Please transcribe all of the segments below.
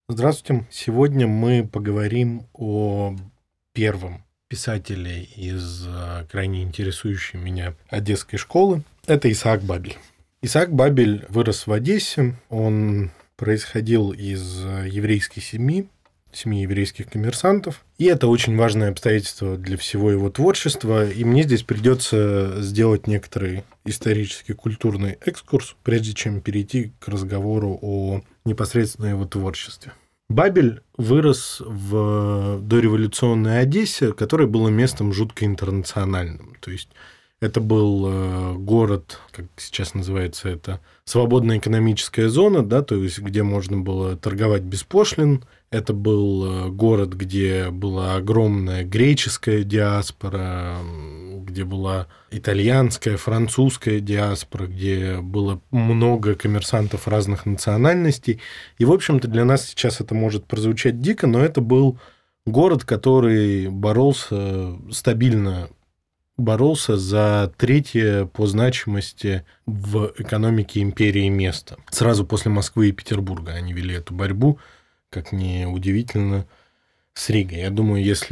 Здравствуйте. Сегодня мы поговорим о первом писателе из крайне интересующей меня одесской школы. Это Исаак Бабель. Исаак Бабель вырос в Одессе. Он происходил из еврейской семьи еврейских коммерсантов. И это очень важное обстоятельство для всего его творчества. И мне здесь придется сделать некоторый исторический культурный экскурс, прежде чем перейти к разговору о непосредственно его творчестве. Бабель вырос в дореволюционной Одессе, которая была местом жутко интернациональным. То есть это был город, как сейчас называется это, свободная экономическая зона, да, то есть где можно было торговать без пошлин. Это был город, где была огромная греческая диаспора, где была итальянская, французская диаспора, где было много коммерсантов разных национальностей. И, в общем-то, для нас сейчас это может прозвучать дико, но это был город, который стабильно боролся за третье по значимости в экономике империи место. Сразу после Москвы и Петербурга они вели эту борьбу, как ни удивительно, с Ригой. Я думаю, если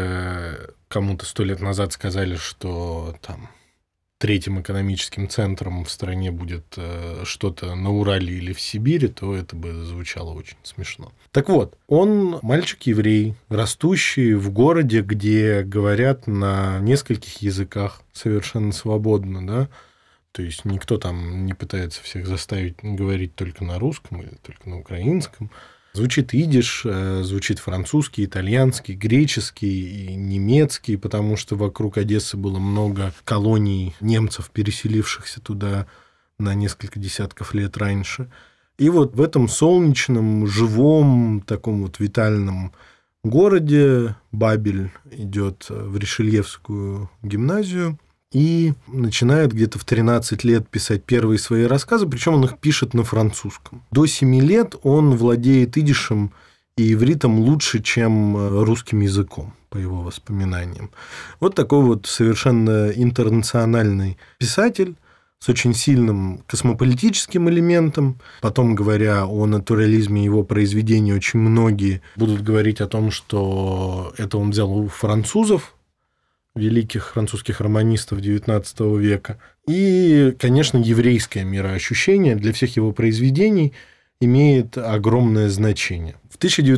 бы кому-то 100 лет назад сказали, что там третьим экономическим центром в стране будет что-то на Урале или в Сибири, то это бы звучало очень смешно. Так вот, он мальчик-еврей, растущий в городе, где говорят на нескольких языках совершенно свободно, да, то есть никто там не пытается всех заставить говорить только на русском или только на украинском. Звучит идиш, звучит французский, итальянский, греческий и немецкий, потому что вокруг Одессы было много колоний немцев, переселившихся туда на несколько десятков лет раньше. И вот в этом солнечном, живом, таком вот витальном городе Бабель идет в Ришельевскую гимназию и начинает где-то в 13 лет писать первые свои рассказы, причем он их пишет на французском. До 7 лет он владеет идишем и ивритом лучше, чем русским языком, по его воспоминаниям. Вот такой вот совершенно интернациональный писатель с очень сильным космополитическим элементом. Потом, говоря о натурализме его произведений, очень многие будут говорить о том, что это он взял у французов, великих французских романистов XIX века. И, конечно, еврейское мироощущение для всех его произведений имеет огромное значение. В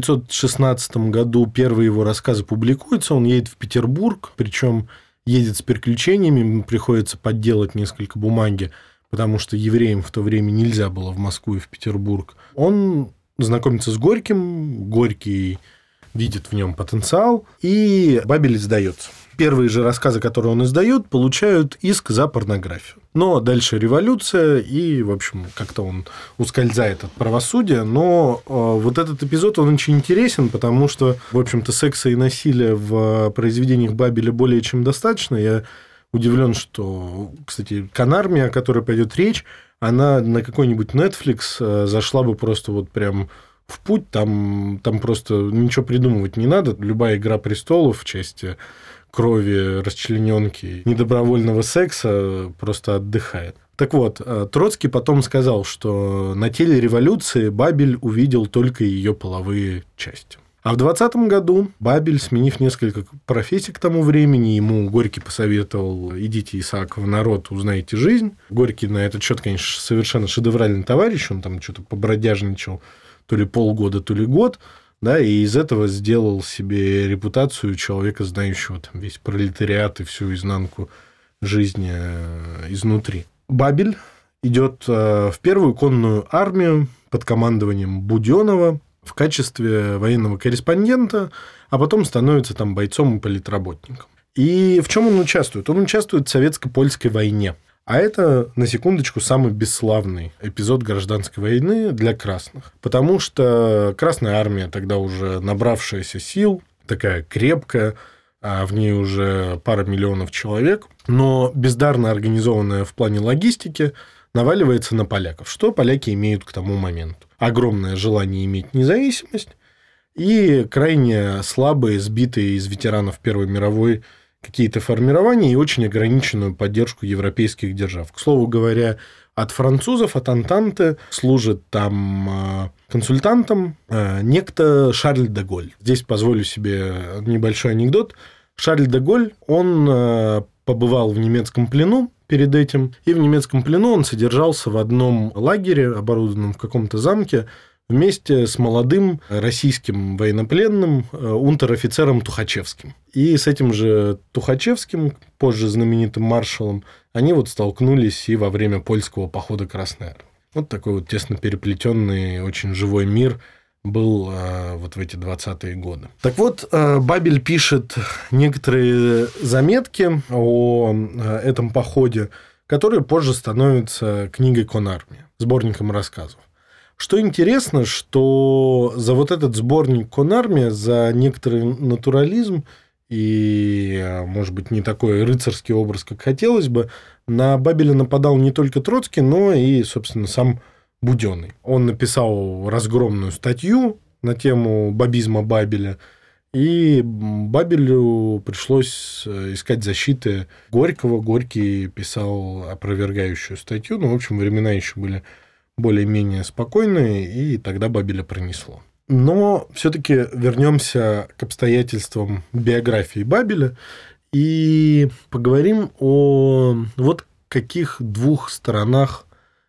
1916 году первые его рассказы публикуются, он едет в Петербург, причем едет с приключениями, ему приходится подделать несколько бумаги, потому что евреям в то время нельзя было в Москву и в Петербург. Он знакомится с Горьким, Горький видит в нем потенциал, и Бабель издается. Первые же рассказы, которые он издает, получают иск за порнографию. Но дальше революция, и, в общем, как-то он ускользает от правосудия. Но вот этот эпизод, он очень интересен, потому что, в общем-то, секса и насилия в произведениях Бабеля более чем достаточно. Я удивлен, что, кстати, «Конармия», о которой пойдет речь, она на какой-нибудь Netflix зашла бы просто вот прям в путь, там просто ничего придумывать не надо. Любая «Игра престолов» в части крови, расчлененки, недобровольного секса просто отдыхает. Так вот, Троцкий потом сказал, что на теле революции Бабель увидел только ее половые части. А в 20 году Бабель, сменив несколько профессий к тому времени, ему Горький посоветовал: идите, Исаак, в народ, узнаете жизнь. Горький на этот счет, конечно, совершенно шедевральный товарищ, он там что-то побродяжничал то ли полгода, то ли год, да, и из этого сделал себе репутацию человека, знающего там весь пролетариат и всю изнанку жизни изнутри. Бабель идет в первую конную армию под командованием Будённого в качестве военного корреспондента, а потом становится там бойцом и политработником. И в чем он участвует? Он участвует в советско-польской войне. А это, на секундочку, самый бесславный эпизод гражданской войны для красных. Потому что Красная армия, тогда уже набравшаяся сил, такая крепкая, а в ней уже пара миллионов человек, но бездарно организованная в плане логистики, наваливается на поляков. Что поляки имеют к тому моменту? Огромное желание иметь независимость и крайне слабые, сбитые из ветеранов Первой мировой какие-то формирования и очень ограниченную поддержку европейских держав. К слову говоря, от французов, от Антанты служит там консультантом некто Шарль де Голль. Здесь позволю себе небольшой анекдот. Шарль де Голль, он побывал в немецком плену перед этим, и в немецком плену он содержался в одном лагере, оборудованном в каком-то замке, вместе с молодым российским военнопленным унтер-офицером Тухачевским. И с этим же Тухачевским, позже знаменитым маршалом, они вот столкнулись и во время польского похода Красной Армии. Вот такой вот тесно переплетенный, очень живой мир был вот в эти 20-е годы. Так вот, Бабель пишет некоторые заметки о этом походе, которые позже становятся книгой Конармия, сборником рассказов. Что интересно, что за вот этот сборник Конармия, за некоторый натурализм и, может быть, не такой рыцарский образ, как хотелось бы, на Бабеля нападал не только Троцкий, но и, собственно, сам Буденный. Он написал разгромную статью на тему бабизма Бабеля, и Бабелю пришлось искать защиты Горького. Горький писал опровергающую статью, в общем, времена еще были более-менее спокойные, и тогда Бабеля пронесло. Но все-таки вернемся к обстоятельствам биографии Бабеля и поговорим о вот каких двух сторонах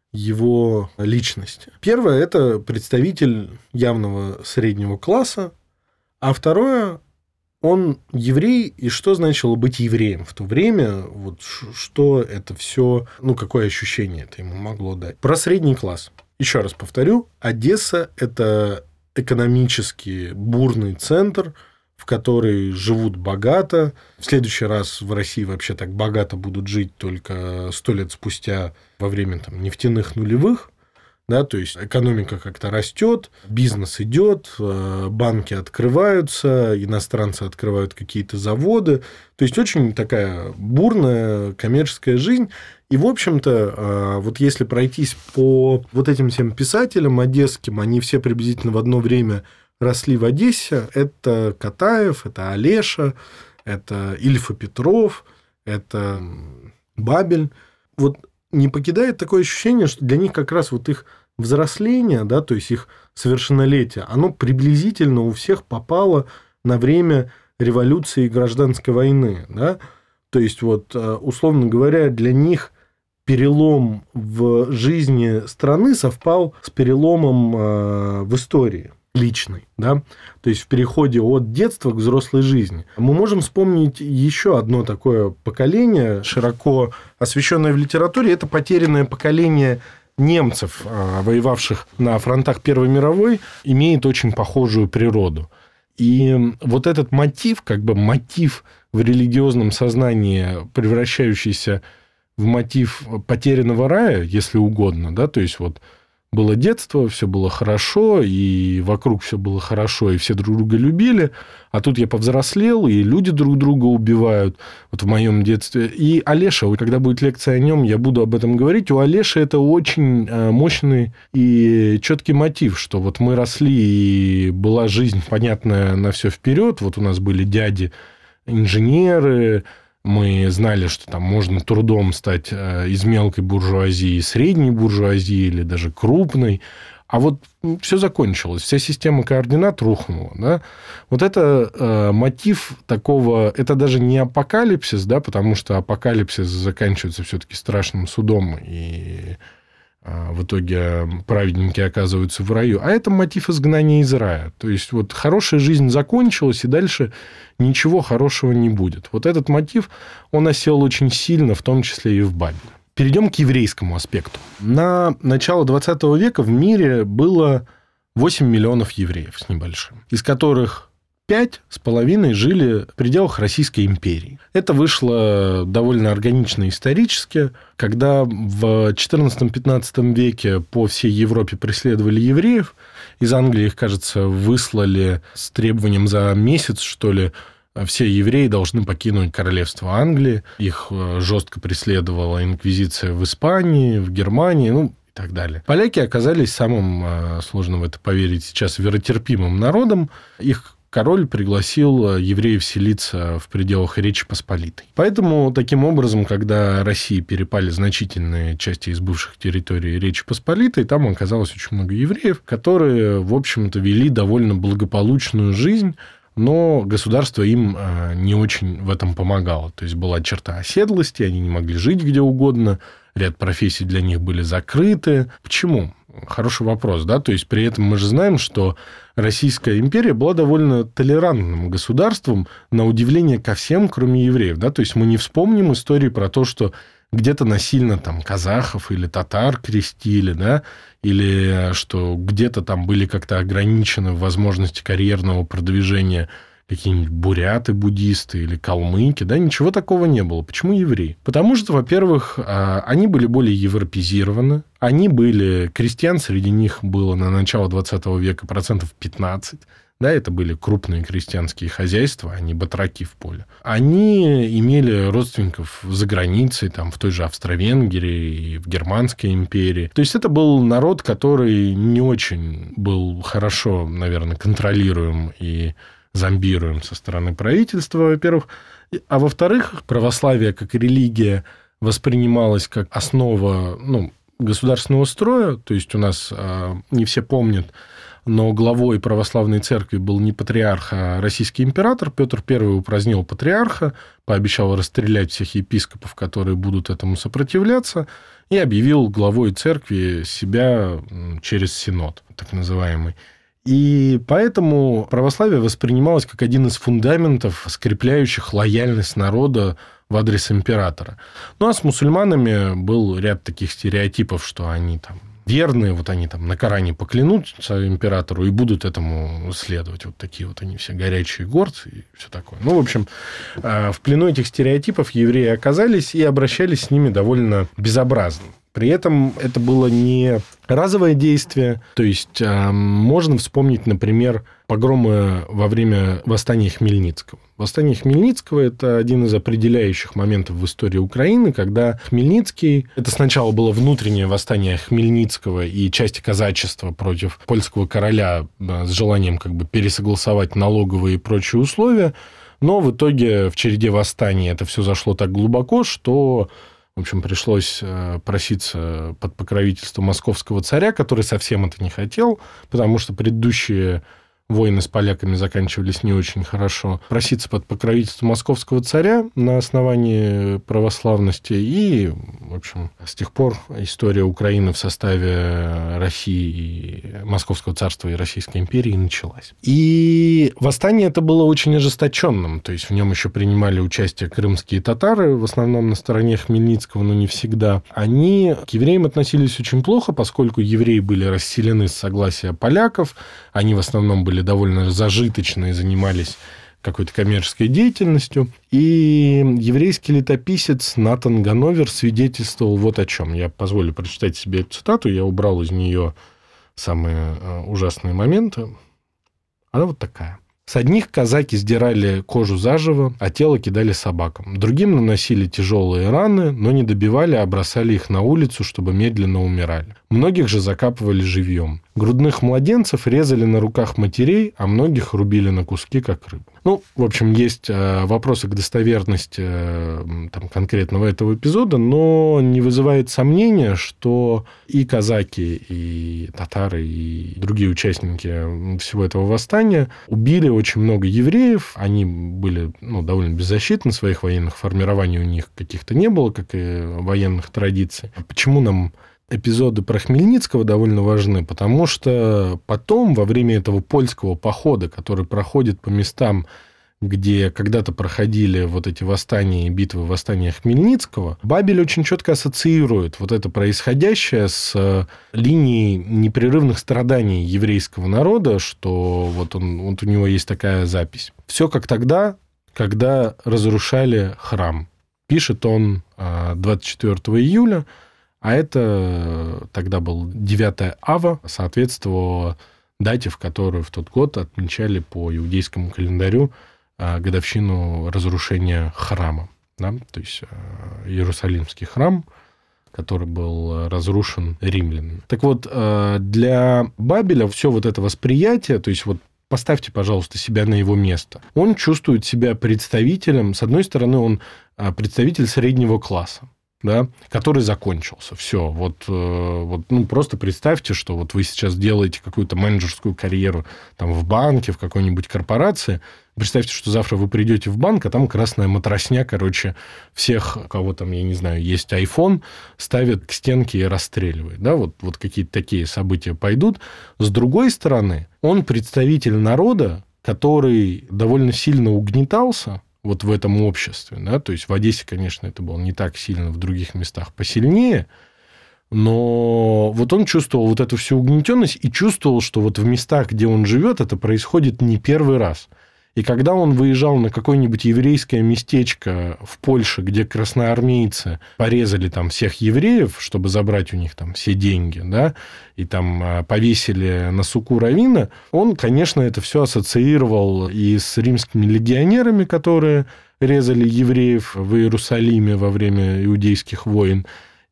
его личности. Первое – это представитель явного среднего класса, а второе – он еврей, и что значило быть евреем в то время, вот что это все, какое ощущение это ему могло дать. Про средний класс. Еще раз повторю, Одесса – это экономически бурный центр, в который живут богато. В следующий раз в России вообще так богато будут жить только 100 лет спустя во время нефтяных нулевых. Да, то есть экономика как-то растет, бизнес идет, банки открываются, иностранцы открывают какие-то заводы. То есть очень такая бурная коммерческая жизнь. И, в общем-то, вот если пройтись по вот этим всем писателям одесским, они все приблизительно в одно время росли в Одессе. Это Катаев, это Олеша, это Ильф и Петров, это Бабель. Вот не покидает такое ощущение, что для них как раз вот их взросление, да, то есть их совершеннолетие, оно приблизительно у всех попало на время революции и гражданской войны. Да? То есть, вот, условно говоря, для них перелом в жизни страны совпал с переломом в истории личной, да, то есть в переходе от детства к взрослой жизни. Мы можем вспомнить еще одно такое поколение, широко освещенное в литературе, это потерянное поколение немцев, воевавших на фронтах Первой мировой, имеет очень похожую природу. И вот этот мотив, мотив в религиозном сознании, превращающийся в мотив потерянного рая, если угодно, да, то есть вот было детство, все было хорошо, и вокруг все было хорошо, и все друг друга любили, а тут я повзрослел, и люди друг друга убивают, вот в моем детстве. И Олеша, когда будет лекция о нем, я буду об этом говорить, у Олеши это очень мощный и четкий мотив, что вот мы росли, и была жизнь понятная на все вперед, вот у нас были дяди инженеры, мы знали, что там можно трудом стать из мелкой буржуазии, средней буржуазии или даже крупной. А вот все закончилось, вся система координат рухнула. Да? Вот это мотив такого, это даже не апокалипсис, да, потому что апокалипсис заканчивается все-таки страшным судом, и в итоге праведники оказываются в раю. А это мотив изгнания из рая. То есть, вот хорошая жизнь закончилась, и дальше ничего хорошего не будет. Вот этот мотив, он осел очень сильно, в том числе и в Бабеле. Перейдем к еврейскому аспекту. На начало 20 века в мире было 8 миллионов евреев с небольшим, из которых 5,5 жили в пределах Российской империи. Это вышло довольно органично исторически, когда в XIV-XV веке по всей Европе преследовали евреев. Из Англии их, кажется, выслали с требованием за месяц, что ли, все евреи должны покинуть королевство Англии. Их жестко преследовала инквизиция в Испании, в Германии, и так далее. Поляки оказались самым, сложно в это поверить сейчас, веротерпимым народом. Их король пригласил евреев селиться в пределах Речи Посполитой. Поэтому, таким образом, когда России перепали значительные части из бывших территорий Речи Посполитой, там оказалось очень много евреев, которые, в общем-то, вели довольно благополучную жизнь, но государство им не очень в этом помогало. То есть была черта оседлости, они не могли жить где угодно, ряд профессий для них были закрыты. Почему? Хороший вопрос, да? То есть при этом мы же знаем, что Российская империя была довольно толерантным государством, на удивление ко всем, кроме евреев, да? То есть мы не вспомним истории про то, что где-то насильно там казахов или татар крестили, да, или что где-то там были как-то ограничены возможности карьерного продвижения какие-нибудь буряты, буддисты или калмыки, да, ничего такого не было. Почему евреи? Потому что, во-первых, они были более европеизированы, они были, крестьян среди них было на начало 20 века 15%, да, это были крупные крестьянские хозяйства, а не батраки в поле. Они имели родственников за границей, там, в той же Австро-Венгрии и в Германской империи. То есть это был народ, который не очень был хорошо, наверное, контролируем и зомбируем со стороны правительства, во-первых. А во-вторых, православие как религия воспринималось как основа государственного строя. То есть у нас не все помнят, но главой православной церкви был не патриарх, а российский император. Петр I упразднил патриарха, пообещал расстрелять всех епископов, которые будут этому сопротивляться, и объявил главой церкви себя через синод, так называемый. И поэтому православие воспринималось как один из фундаментов, скрепляющих лояльность народа в адрес императора. Ну, а с мусульманами был ряд таких стереотипов, что они там верные, вот они там на Коране поклянутся императору и будут этому следовать. Вот такие вот они все горячие горцы и все такое. Ну, в общем, в плену этих стереотипов евреи оказались и обращались с ними довольно безобразно. При этом это было не разовое действие. То есть можно вспомнить, например, погромы во время восстания Хмельницкого. Восстание Хмельницкого – это один из определяющих моментов в истории Украины, когда Хмельницкий – это сначала было внутреннее восстание Хмельницкого и части казачества против польского короля с желанием как бы пересогласовать налоговые и прочие условия, но в итоге в череде восстаний это все зашло так глубоко, что в общем, пришлось проситься под покровительство московского царя, который совсем это не хотел, потому что предыдущие войны с поляками заканчивались не очень хорошо. Проситься под покровительство московского царя на основании православности. И, в общем, с тех пор история Украины в составе России, Московского царства и Российской империи началась. И восстание это было очень ожесточенным. То есть в нем еще принимали участие крымские татары, в основном на стороне Хмельницкого, но не всегда. Они к евреям относились очень плохо, поскольку евреи были расселены с согласия поляков. Они в основном были довольно зажиточны и занимались какой-то коммерческой деятельностью. И еврейский летописец Натан Ганновер свидетельствовал вот о чем. Я позволю прочитать себе эту цитату. Я убрал из нее самые ужасные моменты. Она вот такая. С одних казаки сдирали кожу заживо, а тело кидали собакам. Другим наносили тяжелые раны, но не добивали, а бросали их на улицу, чтобы медленно умирали. Многих же закапывали живьем. Грудных младенцев резали на руках матерей, а многих рубили на куски, как рыбу. Ну, в общем, есть вопросы к достоверности там, конкретного этого эпизода, но не вызывает сомнения, что и казаки, и татары, и другие участники всего этого восстания убили очень много евреев. Они были довольно беззащитны, своих военных формирований у них каких-то не было, как и военных традиций. Почему нам эпизоды про Хмельницкого довольно важны? Потому что потом, во время этого польского похода, который проходит по местам, где когда-то проходили вот эти восстания и битвы восстания Хмельницкого, Бабель очень четко ассоциирует вот это происходящее с линией непрерывных страданий еврейского народа, что вот у него есть такая запись. Все как тогда, когда разрушали храм. Пишет он 24 июля, а это тогда был 9 ава, соответствовало дате, в которую в тот год отмечали по иудейскому календарю годовщину разрушения храма. Да? То есть Иерусалимский храм, который был разрушен римлянами. Так вот, для Бабеля все вот это восприятие, то есть вот поставьте, пожалуйста, себя на его место. Он чувствует себя представителем, с одной стороны, он представитель среднего класса, да, который закончился. Все. Просто представьте, что вот вы сейчас делаете какую-то менеджерскую карьеру там, в банке, в какой-нибудь корпорации. Представьте, что завтра вы придете в банк, а там красная матросня, всех, у кого там, я не знаю, есть iPhone, ставят к стенке и расстреливают. Да? Вот какие-то такие события пойдут. С другой стороны, он представитель народа, который довольно сильно угнетался вот в этом обществе, да, то есть в Одессе, конечно, это было не так сильно, в других местах посильнее, но вот он чувствовал вот эту всю угнетенность и чувствовал, что вот в местах, где он живет, это происходит не первый раз. И когда он выезжал на какое-нибудь еврейское местечко в Польше, где красноармейцы порезали там всех евреев, чтобы забрать у них там все деньги, да, и там повесили на суку раввина, он, конечно, это все ассоциировал и с римскими легионерами, которые резали евреев в Иерусалиме во время иудейских войн,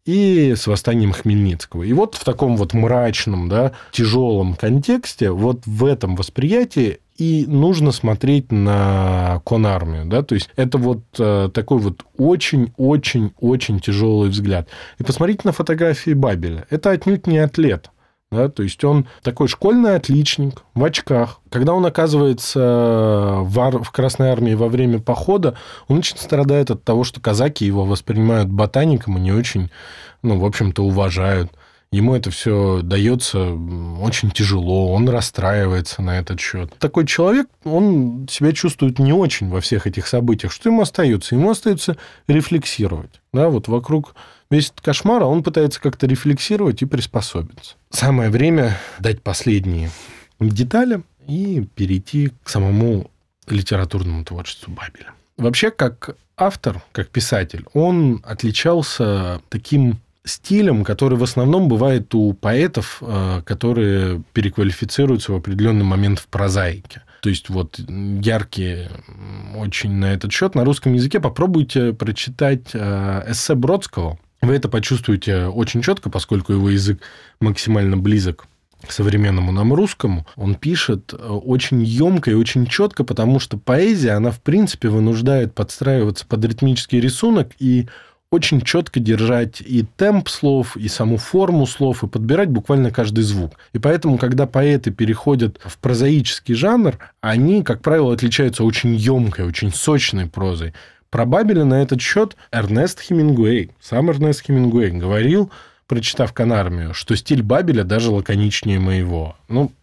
и с восстанием Хмельницкого. И вот в таком вот мрачном, да, тяжелом контексте, вот в этом восприятии и нужно смотреть на конармию, да, то есть это вот такой вот очень-очень-очень тяжелый взгляд. И посмотрите на фотографии Бабеля. Это отнюдь не атлет, да, то есть он такой школьный отличник в очках. Когда он оказывается в Красной армии во время похода, он очень страдает от того, что казаки его воспринимают ботаником и не очень, в общем-то, уважают. Ему это все дается очень тяжело, он расстраивается на этот счет. Такой человек, он себя чувствует не очень во всех этих событиях. Что ему остается? Ему остается рефлексировать. Да, вот вокруг весь этот кошмар, а он пытается как-то рефлексировать и приспособиться. Самое время дать последние детали и перейти к самому литературному творчеству Бабеля. Вообще, как автор, как писатель, он отличался таким стилем, который в основном бывает у поэтов, которые переквалифицируются в определенный момент в прозаике. То есть, вот яркие очень на этот счет. На русском языке попробуйте прочитать эссе Бродского. Вы это почувствуете очень четко, поскольку его язык максимально близок к современному нам русскому. Он пишет очень емко и очень четко, потому что поэзия, она, в принципе, вынуждает подстраиваться под ритмический рисунок и очень четко держать и темп слов, и саму форму слов, и подбирать буквально каждый звук. И поэтому, когда поэты переходят в прозаический жанр, они, как правило, отличаются очень емкой, очень сочной прозой. Про Бабеля на этот счет Эрнест Хемингуэй, сам Эрнест Хемингуэй говорил, прочитав «Конармию», что стиль Бабеля даже лаконичнее моего.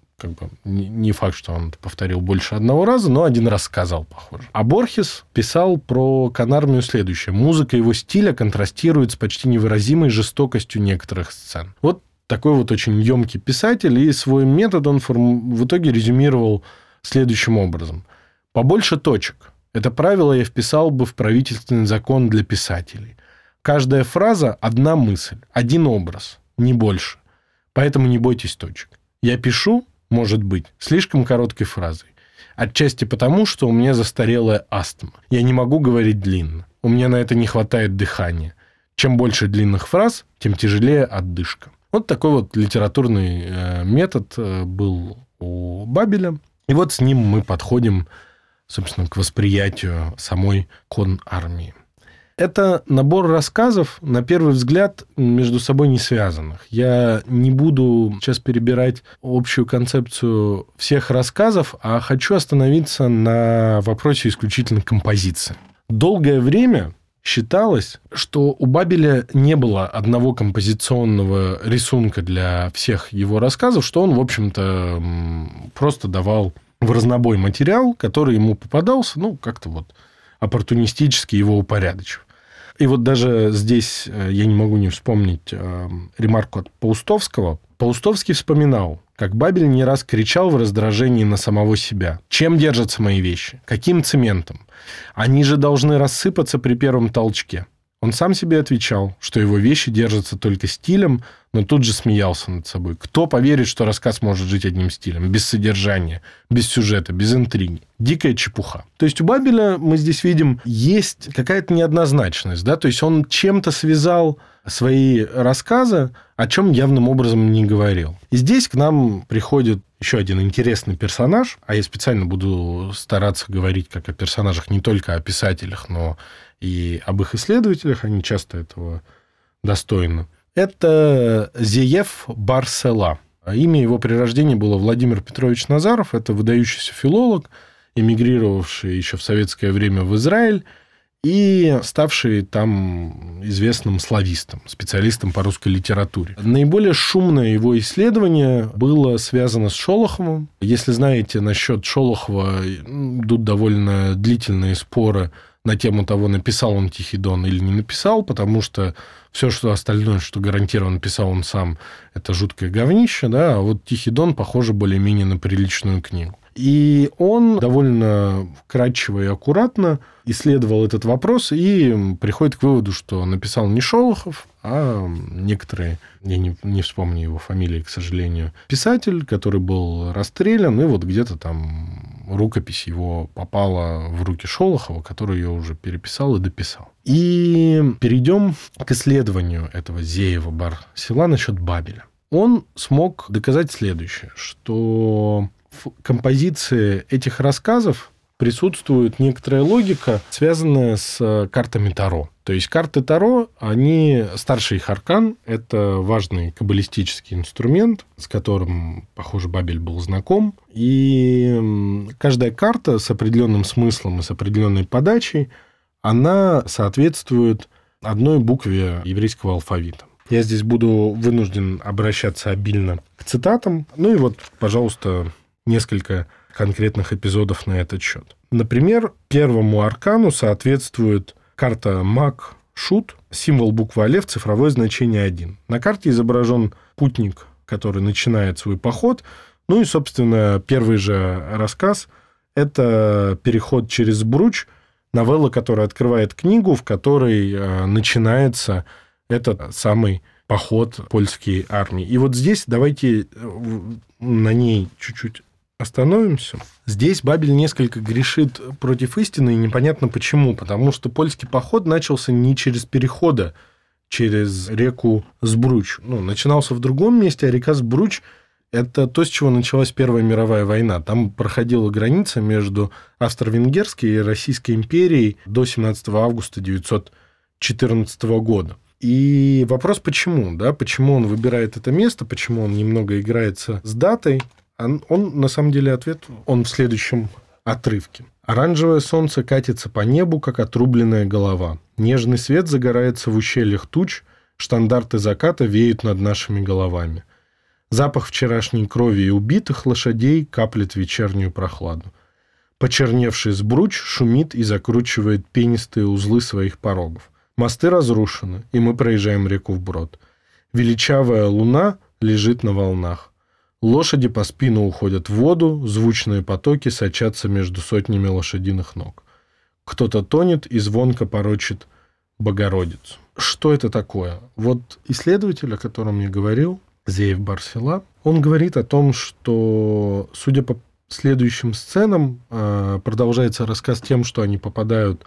Не факт, что он это повторил больше одного раза, но один раз сказал, похоже. А Борхес писал про Конармию следующее. Музыка его стиля контрастирует с почти невыразимой жестокостью некоторых сцен. Вот такой вот очень емкий писатель, и свой метод он в итоге резюмировал следующим образом. Побольше точек. Это правило я вписал бы в правительственный закон для писателей. Каждая фраза – одна мысль, один образ, не больше. Поэтому не бойтесь точек. Я пишу, может быть, слишком короткой фразой. Отчасти потому, что у меня застарелая астма. Я не могу говорить длинно. У меня на это не хватает дыхания. Чем больше длинных фраз, тем тяжелее отдышка. Вот такой вот литературный метод был у Бабеля. И вот с ним мы подходим, собственно, к восприятию самой конармии. Это набор рассказов, на первый взгляд, между собой не связанных. Я не буду сейчас перебирать общую концепцию всех рассказов, а хочу остановиться на вопросе исключительно композиции. Долгое время считалось, что у Бабеля не было одного композиционного рисунка для всех его рассказов, что он, в общем-то, просто давал в разнобой материал, который ему попадался, как-то вот оппортунистически его упорядочив. И вот даже здесь я не могу не вспомнить ремарку от Паустовского. Паустовский вспоминал, как Бабель не раз кричал в раздражении на самого себя. «Чем держатся мои вещи? Каким цементом? Они же должны рассыпаться при первом толчке». Он сам себе отвечал, что его вещи держатся только стилем, но тут же смеялся над собой. Кто поверит, что рассказ может жить одним стилем, без содержания, без сюжета, без интриги? Дикая чепуха. То есть у Бабеля, мы здесь видим, есть какая-то неоднозначность. Да? То есть он чем-то связал свои рассказы, о чем явным образом не говорил. И здесь к нам приходит еще один интересный персонаж, а я специально буду стараться говорить как о персонажах, не только о писателях, но и об их исследователях, они часто этого достойны. Это Зеев Бар-Села. Имя его при рождении было Владимир Петрович Назаров. Это выдающийся филолог, эмигрировавший еще в советское время в Израиль и ставший там известным славистом, специалистом по русской литературе. Наиболее шумное его исследование было связано с Шолоховым. Если знаете, насчет Шолохова идут довольно длительные споры на тему того, написал он «Тихий Дон» или не написал, потому что все, что остальное, что гарантированно писал он сам, это жуткое говнище, да, а вот «Тихий Дон» похоже более-менее на приличную книгу. И он довольно вкратчиво и аккуратно исследовал этот вопрос и приходит к выводу, что написал не Шолохов, а некоторые, я не вспомню его фамилии, к сожалению, писатель, который был расстрелян, и вот где-то там рукопись его попала в руки Шолохова, который ее уже переписал и дописал. И перейдем к исследованию этого Зеева Бар-Села насчет Бабеля. Он смог доказать следующее, что в композиции этих рассказов присутствует некоторая логика, связанная с картами Таро. То есть карты Таро, они старший их аркан, это важный каббалистический инструмент, с которым, похоже, Бабель был знаком. И каждая карта с определенным смыслом и с определенной подачей, она соответствует одной букве еврейского алфавита. Я здесь буду вынужден обращаться обильно к цитатам. Ну и вот, пожалуйста, несколько конкретных эпизодов на этот счет. Например, первому аркану соответствует карта Мак-Шут, символ буквы Алеф, цифровое значение 1. На карте изображен путник, который начинает свой поход. Ну и, собственно, первый же рассказ – это переход через Бруч, новелла, которая открывает книгу, в которой начинается этот самый поход польской армии. И вот здесь давайте на ней чуть-чуть остановимся. Здесь Бабель несколько грешит против истины, и непонятно почему. Потому что польский поход начался не через переходы через реку Сбруч. Начинался в другом месте, а река Сбруч – это то, с чего началась Первая мировая война. Там проходила граница между Австро-Венгерской и Российской империей до 17 августа 1914 года. И вопрос, почему? Да? Почему он выбирает это место, почему он немного играется с датой? Он, на самом деле, ответ, он в следующем отрывке. «Оранжевое солнце катится по небу, как отрубленная голова. Нежный свет загорается в ущельях туч, штандарты заката веют над нашими головами. Запах вчерашней крови и убитых лошадей каплет вечернюю прохладу. Почерневший Сбруч шумит и закручивает пенистые узлы своих порогов. Мосты разрушены, и мы проезжаем реку вброд. Величавая луна лежит на волнах. Лошади по спину уходят в воду, звучные потоки сочатся между сотнями лошадиных ног. Кто-то тонет и звонко порочит Богородицу». Что это такое? Вот исследователь, о котором я говорил, Зеев Бар-Села, он говорит о том, что, судя по следующим сценам, продолжается рассказ тем, что они попадают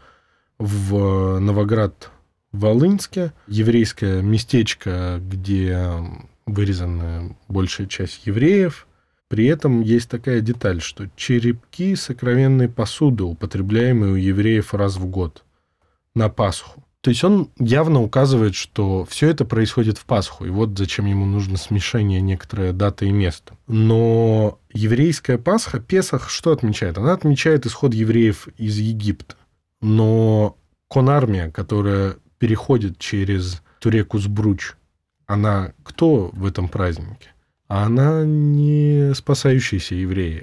в Новоград-Волынске, еврейское местечко, где вырезана большая часть евреев. При этом есть такая деталь, что черепки сокровенной посуды, употребляемые у евреев раз в год на Пасху. То есть он явно указывает, что все это происходит в Пасху, и вот зачем ему нужно смешение некоторой даты и места. Но еврейская Пасха, Песах, что отмечает? Она отмечает исход евреев из Египта. Но конармия, которая переходит через ту реку Сбруч, она кто в этом празднике? Она не спасающиеся евреи.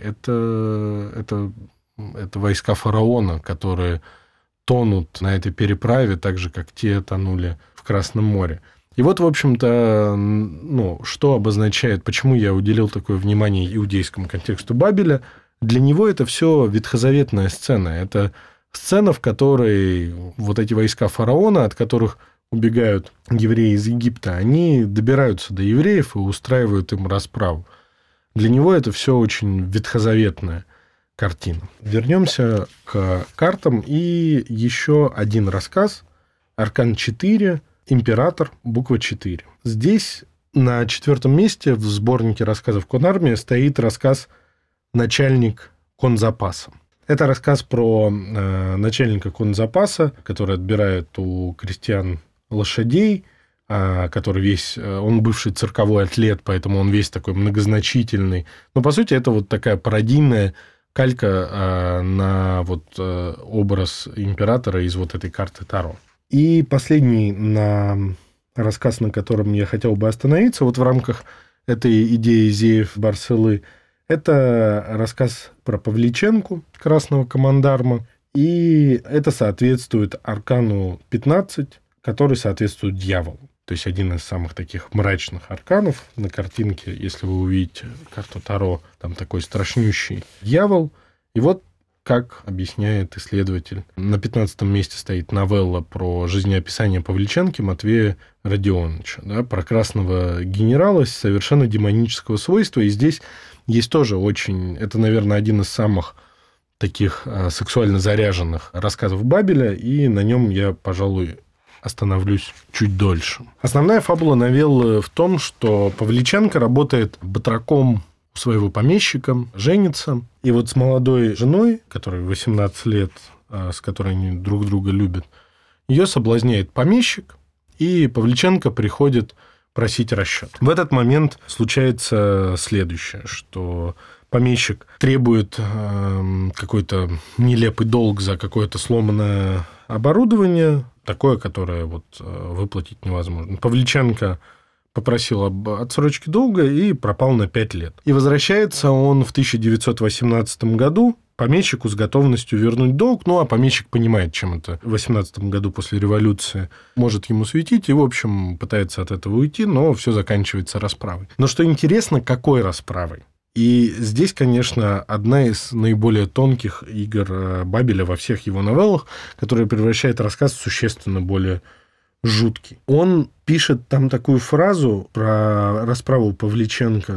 Это войска фараона, которые тонут на этой переправе, так же, как те тонули в Красном море. И вот, в общем-то, что обозначает, почему я уделил такое внимание иудейскому контексту Бабеля. Для него это все ветхозаветная сцена. Это сцена, в которой вот эти войска фараона, от которых убегают евреи из Египта, они добираются до евреев и устраивают им расправу. Для него это все очень ветхозаветная картина. Вернемся к картам и еще один рассказ. Аркан 4, император, буква 4. Здесь на 4 месте в сборнике рассказов «Конармия» стоит рассказ «Начальник конзапаса». Это рассказ про начальника конзапаса, который отбирает у крестьян лошадей, который весь... Он бывший цирковой атлет, поэтому он весь такой многозначительный. Но, по сути, это вот такая пародийная калька на вот образ императора из вот этой карты Таро. И последний рассказ, на котором я хотел бы остановиться, вот в рамках этой идеи Зеев-Барселы, это рассказ про Павличенку, красного командарма, и это соответствует аркану 15, который соответствует дьяволу. То есть один из самых таких мрачных арканов на картинке, если вы увидите карту Таро, там такой страшнющий дьявол. И вот как объясняет исследователь. На 15-м месте стоит новелла про жизнеописание Павличенки Матвея Родионовича, да, про красного генерала совершенно демонического свойства. И здесь есть тоже очень... Это, наверное, один из самых таких сексуально заряженных рассказов Бабеля, и на нем я, пожалуй, остановлюсь чуть дольше. Основная фабула новеллы в том, что Павличенко работает батраком у своего помещика, женится, и вот с молодой женой, которой 18 лет, с которой они друг друга любят, ее соблазняет помещик, и Павличенко приходит просить расчет. В этот момент случается следующее, что помещик требует какой-то нелепый долг за какое-то сломанное оборудование, такое, которое вот выплатить невозможно. Павличенко попросил об отсрочке долга и пропал на 5 лет. И возвращается он в 1918 году помещику с готовностью вернуть долг. Ну, а помещик понимает, чем это в 18 году после революции может ему светить, и, в общем, пытается от этого уйти, но все заканчивается расправой. Но что интересно, какой расправой? И здесь, конечно, одна из наиболее тонких игр Бабеля во всех его новеллах, которая превращает рассказ в существенно более жуткий. Он пишет там такую фразу про расправу Павличенко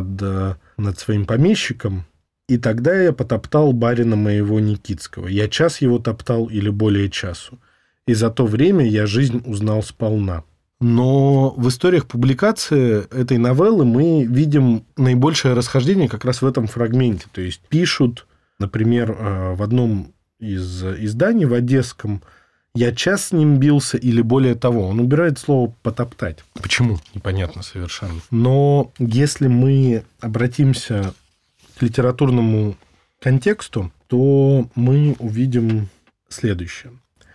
над своим помещиком. «И тогда я потоптал барина моего Никитского. Я час его топтал или более часу. И за то время я жизнь узнал сполна». Но в историях публикации этой новеллы мы видим наибольшее расхождение как раз в этом фрагменте. То есть пишут, например, в одном из изданий, в одесском, «Я час с ним бился» или более того. Он убирает слово «потоптать». Почему? Непонятно совершенно. Но если мы обратимся к литературному контексту, то мы увидим следующее.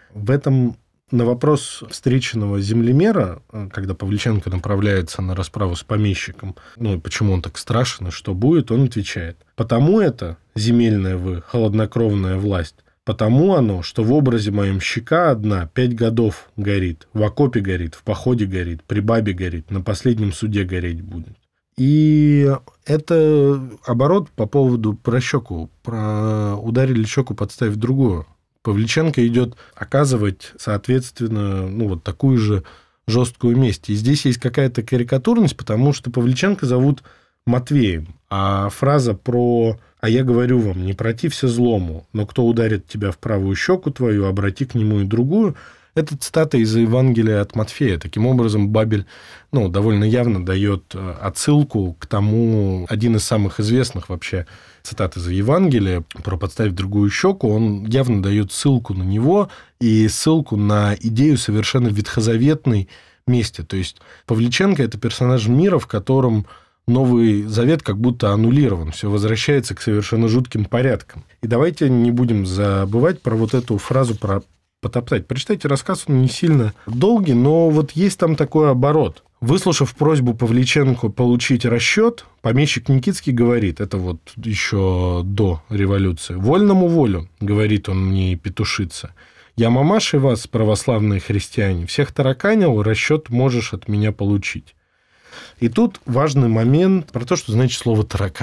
На вопрос встреченного землемера, когда Павличенко направляется на расправу с помещиком, ну и почему он так страшен и что будет, он отвечает: «Потому это, земельная вы, холоднокровная власть, потому оно, что в образе моем щека одна 5 годов горит, в окопе горит, в походе горит, при бабе горит, на последнем суде гореть будет». И это оборот по поводу про щеку, про ударили щеку, подставив другую. Павличенко идет оказывать, соответственно, вот такую же жесткую месть. И здесь есть какая-то карикатурность, потому что Павличенко зовут Матвеем. А фраза про «а я говорю вам, не протився злому, но кто ударит тебя в правую щеку твою, обрати к нему и другую», это цитата из Евангелия от Матфея. Таким образом, Бабель довольно явно дает отсылку к тому, один из самых известных вообще цитат из Евангелия про «подставить другую щеку», он явно дает ссылку на него и ссылку на идею совершенно ветхозаветной мести. То есть Павличенко – это персонаж мира, в котором Новый Завет как будто аннулирован, все возвращается к совершенно жутким порядкам. И давайте не будем забывать про вот эту фразу про потоптать. Прочитайте рассказ, он не сильно долгий, но вот есть там такой оборот. Выслушав просьбу Павличенко получить расчет, помещик Никитский говорит, это вот еще до революции: «Вольному волю, — говорит он мне и петушится, — я мамаши вас, православные христиане, всех тараканил, расчет можешь от меня получить». И тут важный момент про то, что значит слово «тараканить».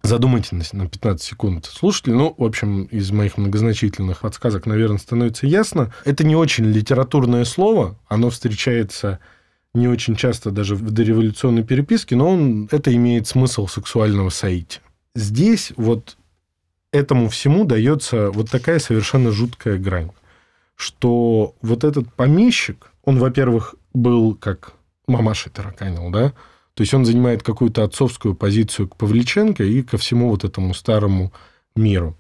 задумайтесь на 15 секунд, слушатели. Ну, в общем, из моих многозначительных подсказок, наверное, становится ясно. Это не очень литературное слово, оно встречается не очень часто даже в дореволюционной переписке, но это имеет смысл сексуального соития. Здесь вот этому всему дается вот такая совершенно жуткая грань, что вот этот помещик, он, во-первых, был как мамашей тараканил, да, то есть он занимает какую-то отцовскую позицию к Павличенко и ко всему вот этому старому миру.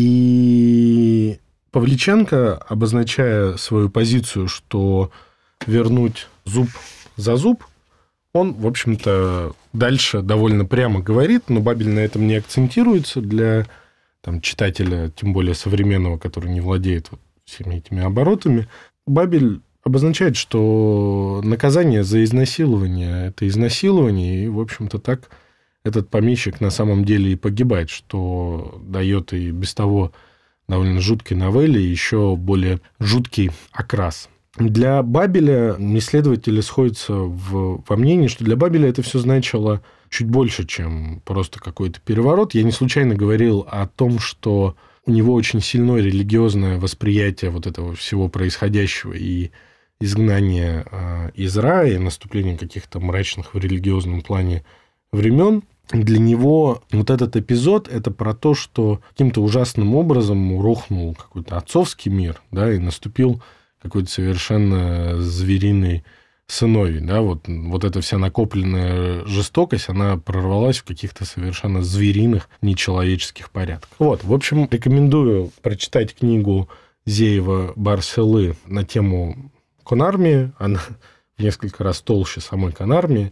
И Павличенко, обозначая свою позицию, что вернуть зуб за зуб, он, в общем-то, дальше довольно прямо говорит, но Бабель на этом не акцентируется для читателя, тем более современного, который не владеет всеми этими оборотами. Бабель обозначает, что наказание за изнасилование – это изнасилование, и, в общем-то, так этот помещик на самом деле и погибает, что дает и без того довольно жуткой новелле еще более жуткий окрас. Для Бабеля исследователи сходятся во мнении, что для Бабеля это все значило чуть больше, чем просто какой-то переворот. Я не случайно говорил о том, что у него очень сильное религиозное восприятие вот этого всего происходящего и изгнание из рая, и наступление каких-то мрачных в религиозном плане времен. Для него вот этот эпизод – это про то, что каким-то ужасным образом рухнул какой-то отцовский мир, да, и наступил какой-то совершенно звериный сыновий. Да, вот эта вся накопленная жестокость, она прорвалась в каких-то совершенно звериных, нечеловеческих порядках. В общем, рекомендую прочитать книгу Зеева «Барселы» на тему Конармии. Она в несколько раз толще самой Конармии,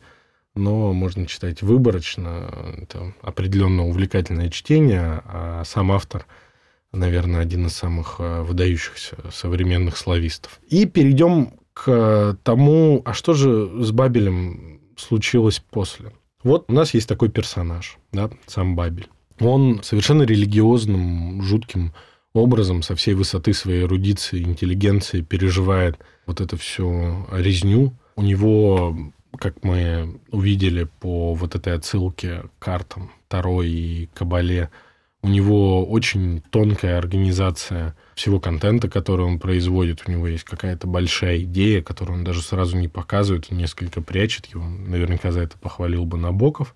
но можно читать выборочно. Это определенно увлекательное чтение, а сам автор, наверное, один из самых выдающихся современных славистов. И перейдем к тому, а что же с Бабелем случилось после. Вот у нас есть такой персонаж, да, сам Бабель. Он совершенно религиозным, жутким образом со всей высоты своей эрудиции, интеллигенции переживает вот эту всю резню. У него, как мы увидели по вот этой отсылке к картам Таро и Кабале, у него очень тонкая организация всего контента, который он производит. У него есть какая-то большая идея, которую он даже сразу не показывает, несколько прячет его. Наверняка за это похвалил бы Набоков.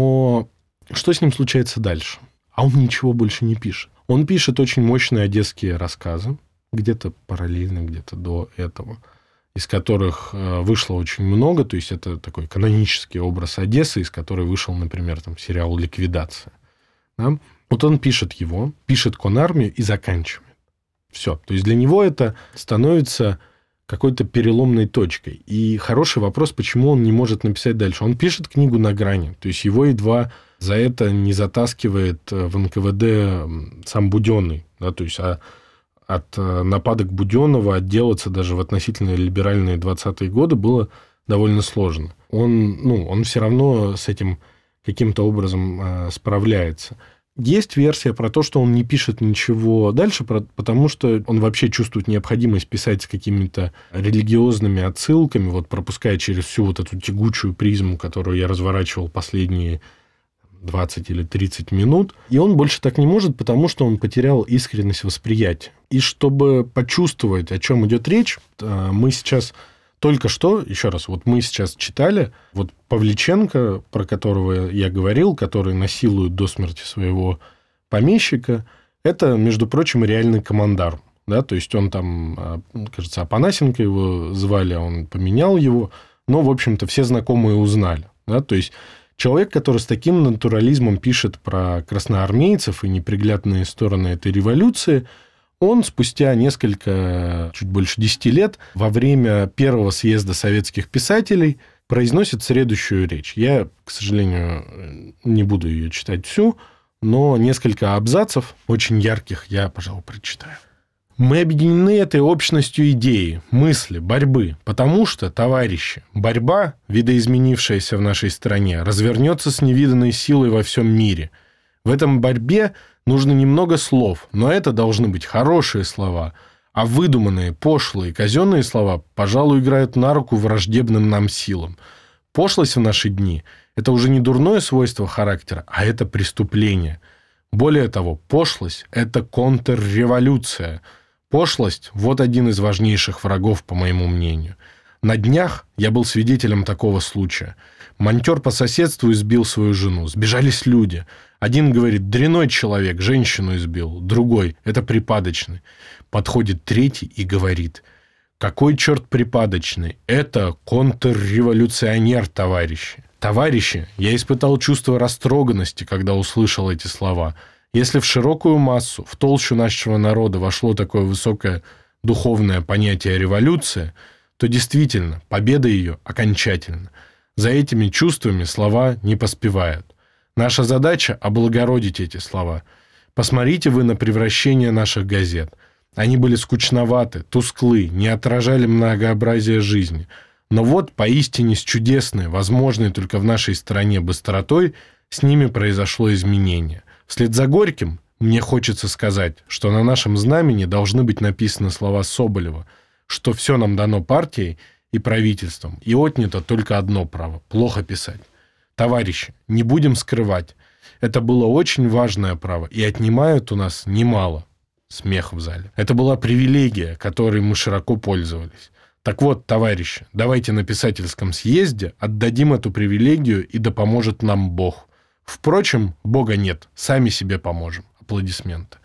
Но что с ним случается дальше? А он ничего больше не пишет. Он пишет очень мощные одесские рассказы, где-то параллельно, где-то до этого, из которых вышло очень много. То есть это такой канонический образ Одессы, из которой вышел, например, сериал «Ликвидация». Да? Вот он пишет его, пишет Конармию и заканчивает. Все. То есть для него это становится какой-то переломной точкой. И хороший вопрос, почему он не может написать дальше. Он пишет книгу «На грани». То есть его едва за это не затаскивает в НКВД сам Буденный. Да? То есть от нападок Буденного отделаться даже в относительно либеральные 20-е годы было довольно сложно. Он все равно с этим каким-то образом справляется. Есть версия про то, что он не пишет ничего дальше, потому что он вообще чувствует необходимость писать с какими-то религиозными отсылками, пропуская через всю вот эту тягучую призму, которую я разворачивал последние 20 или 30 минут. И он больше так не может, потому что он потерял искренность восприятия. И чтобы почувствовать, о чем идет речь, мы сейчас... Только что, еще раз, мы сейчас читали Павличенко, про которого я говорил, который насилует до смерти своего помещика. Это, между прочим, реальный командарм. Да? То есть он там, кажется, Апанасенко его звали, а он поменял его. Но, в общем-то, все знакомые узнали. Да? То есть человек, который с таким натурализмом пишет про красноармейцев и неприглядные стороны этой революции, он спустя чуть больше 10 лет, во время первого съезда советских писателей, произносит следующую речь. Я, к сожалению, не буду ее читать всю, но несколько абзацев, очень ярких, я, пожалуй, прочитаю. «Мы объединены этой общностью идеи, мысли, борьбы, потому что, товарищи, борьба, видоизменившаяся в нашей стране, развернется с невиданной силой во всем мире. В этом борьбе нужно немного слов, но это должны быть хорошие слова, а выдуманные, пошлые, казенные слова, пожалуй, играют на руку враждебным нам силам. Пошлость в наши дни Это уже не дурное свойство характера, а это преступление. Более того, пошлость – это контрреволюция. Пошлость – вот один из важнейших врагов, по моему мнению. На днях я был свидетелем такого случая. Монтер по соседству избил свою жену. Сбежались люди. Один говорит: дрянной человек, женщину избил. Другой: это припадочный. Подходит третий и говорит: какой черт припадочный? Это контрреволюционер, товарищи. Товарищи, я испытал чувство растроганности, когда услышал эти слова. Если в широкую массу, в толщу нашего народа вошло такое высокое духовное понятие революция, то действительно победа ее окончательна. За этими чувствами слова не поспевают. Наша задача – облагородить эти слова. Посмотрите вы на превращение наших газет. Они были скучноваты, тусклы, не отражали многообразие жизни. Но вот поистине с чудесной, возможной только в нашей стране быстротой, с ними произошло изменение. Вслед за Горьким мне хочется сказать, что на нашем знамени должны быть написаны слова Соболева, что все нам дано партией и правительством, и отнято только одно право – плохо писать. Товарищи, не будем скрывать, это было очень важное право, и отнимают у нас немало. Смех в зале. Это была привилегия, которой мы широко пользовались. Так вот, товарищи, давайте на писательском съезде отдадим эту привилегию, и да поможет нам Бог. Впрочем, Бога нет, сами себе поможем. Аплодисменты.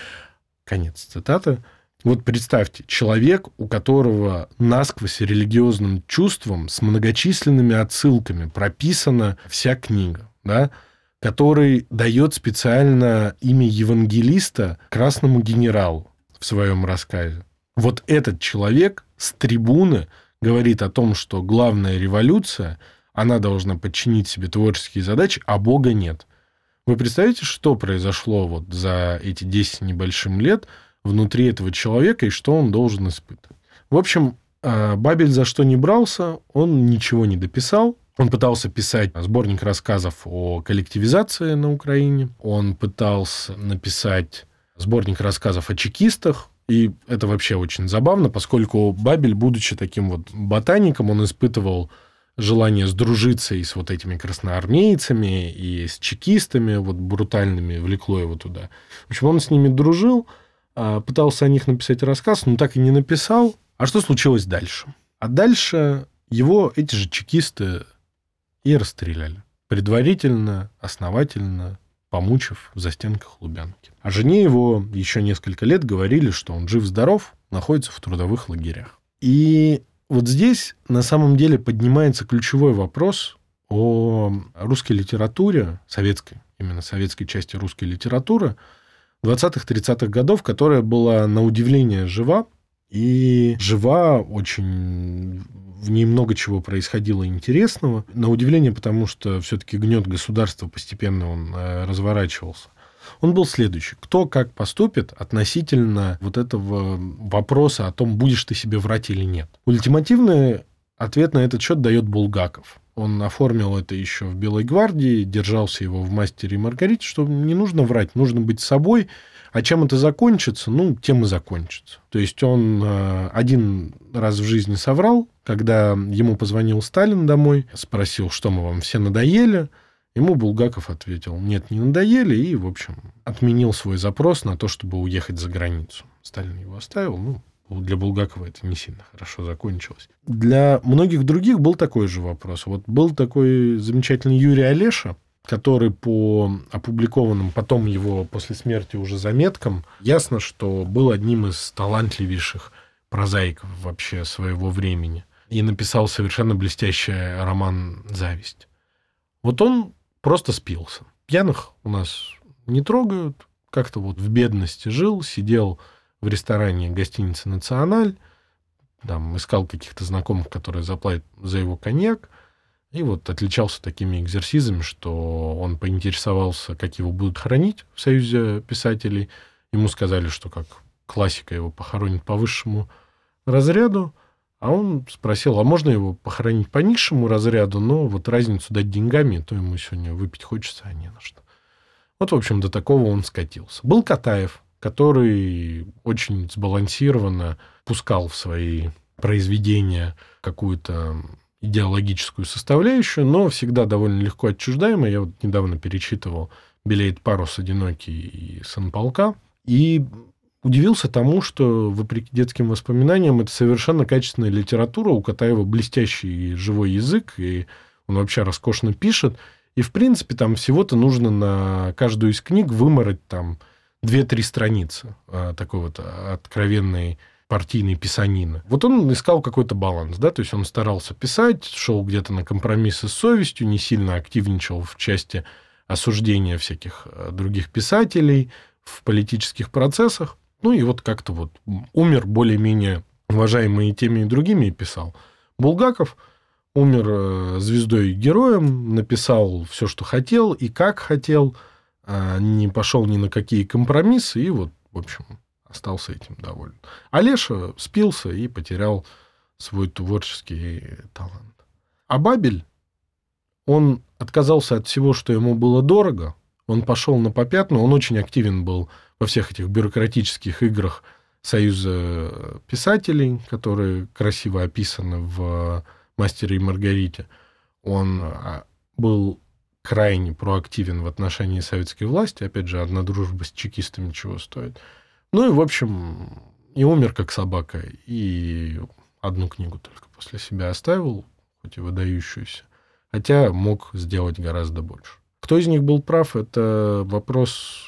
Конец цитаты. Вот представьте, человек, у которого насквозь религиозным чувством с многочисленными отсылками прописана вся книга, да, который дает специально имя евангелиста красному генералу в своем рассказе. Вот этот человек с трибуны говорит о том, что главная революция, она должна подчинить себе творческие задачи, а Бога нет. Вы представляете, что произошло вот за эти 10 небольшим лет внутри этого человека и что он должен испытывать? В общем, Бабель за что не брался, он ничего не дописал. Он пытался писать сборник рассказов о коллективизации на Украине. Он пытался написать сборник рассказов о чекистах. И это вообще очень забавно, поскольку Бабель, будучи таким вот ботаником, он испытывал желание сдружиться и с вот этими красноармейцами, и с чекистами вот брутальными, влекло его туда. В общем, он с ними дружил, пытался о них написать рассказ, но так и не написал. А что случилось дальше? А дальше его эти же чекисты и расстреляли. Предварительно, основательно, помучив в застенках Лубянки. А жене его еще несколько лет говорили, что он жив-здоров, находится в трудовых лагерях. И вот здесь на самом деле поднимается ключевой вопрос о русской литературе, советской, именно советской части русской литературы 20-30-х годов, которая была на удивление жива, и жива очень... В ней много чего происходило интересного. На удивление, потому что все-таки гнет государства постепенно он разворачивался. Он был следующий. Кто как поступит относительно вот этого вопроса о том, будешь ты себе врать или нет. Ультимативный ответ на этот счет дает Булгаков. Он оформил это еще в «Белой гвардии», держался его в «Мастере и Маргарите», что не нужно врать, нужно быть собой. А чем это закончится? Ну, тем и закончится. То есть он один раз в жизни соврал, когда ему позвонил Сталин домой, спросил, что мы вам все надоели. Ему Булгаков ответил: нет, не надоели, и, в общем, отменил свой запрос на то, чтобы уехать за границу. Сталин его оставил, ну, для Булгакова это не сильно хорошо закончилось. Для многих других был такой же вопрос. Вот был такой замечательный Юрий Олеша, который по опубликованным потом его после смерти уже заметкам, ясно, что был одним из талантливейших прозаиков вообще своего времени. И написал совершенно блестящий роман «Зависть». Вот он просто спился. Пьяных у нас не трогают. Как-то вот в бедности жил, сидел в ресторане гостиницы «Националь», там искал каких-то знакомых, которые заплатят за его коньяк. И вот отличался такими экзерсизами, что он поинтересовался, как его будут хоронить в Союзе писателей. Ему сказали, что как классика его похоронит по высшему разряду. А он спросил, а можно его похоронить по низшему разряду, но вот разницу дать деньгами, то ему сегодня выпить хочется, а не на что. Вот, в общем, до такого он скатился. Был Катаев, который очень сбалансированно пускал в свои произведения какую-то идеологическую составляющую, но всегда довольно легко отчуждаемая. Я вот недавно перечитывал «Белеет парус одинокий» и «Сын полка», и удивился тому, что, вопреки детским воспоминаниям, это совершенно качественная литература. У Катаева блестящий живой язык, и он вообще роскошно пишет. И, в принципе, там всего-то нужно на каждую из книг вымороть там 2-3 страницы такой вот откровенной партийной писанины. Вот он искал какой-то баланс, да, то есть он старался писать, шел где-то на компромиссы с совестью, не сильно активничал в части осуждения всяких других писателей в политических процессах. Ну и вот как-то вот умер более-менее уважаемый и теми, и другими, и писал. Булгаков умер звездой и героем, написал все, что хотел, и как хотел, не пошел ни на какие компромиссы, и вот, в общем, остался этим доволен. А Леша спился и потерял свой творческий талант. А Бабель, он отказался от всего, что ему было дорого, он пошел на попятную, он очень активен был во всех этих бюрократических играх Союза писателей, которые красиво описаны в «Мастере и Маргарите». Он был крайне проактивен в отношении советской власти. Опять же, одна дружба с чекистами чего стоит. Ну и, в общем, и умер как собака. И одну книгу только после себя оставил, хоть и выдающуюся. Хотя мог сделать гораздо больше. Кто из них был прав, это вопрос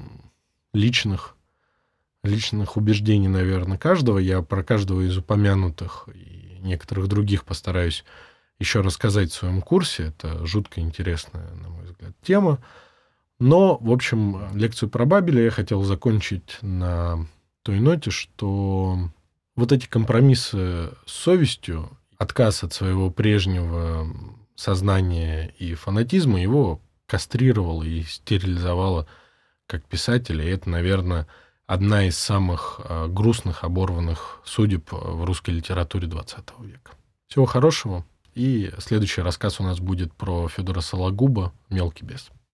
личных убеждений, наверное, каждого. Я про каждого из упомянутых и некоторых других постараюсь еще рассказать в своем курсе. Это жутко интересная, на мой взгляд, тема. Но, в общем, лекцию про Бабеля я хотел закончить на той ноте, что вот эти компромиссы с совестью, отказ от своего прежнего сознания и фанатизма его кастрировало и стерилизовало как писателя. И это, наверное, одна из самых грустных, оборванных судеб в русской литературе XX века. Всего хорошего. И следующий рассказ у нас будет про Федора Сологуба «Мелкий бес».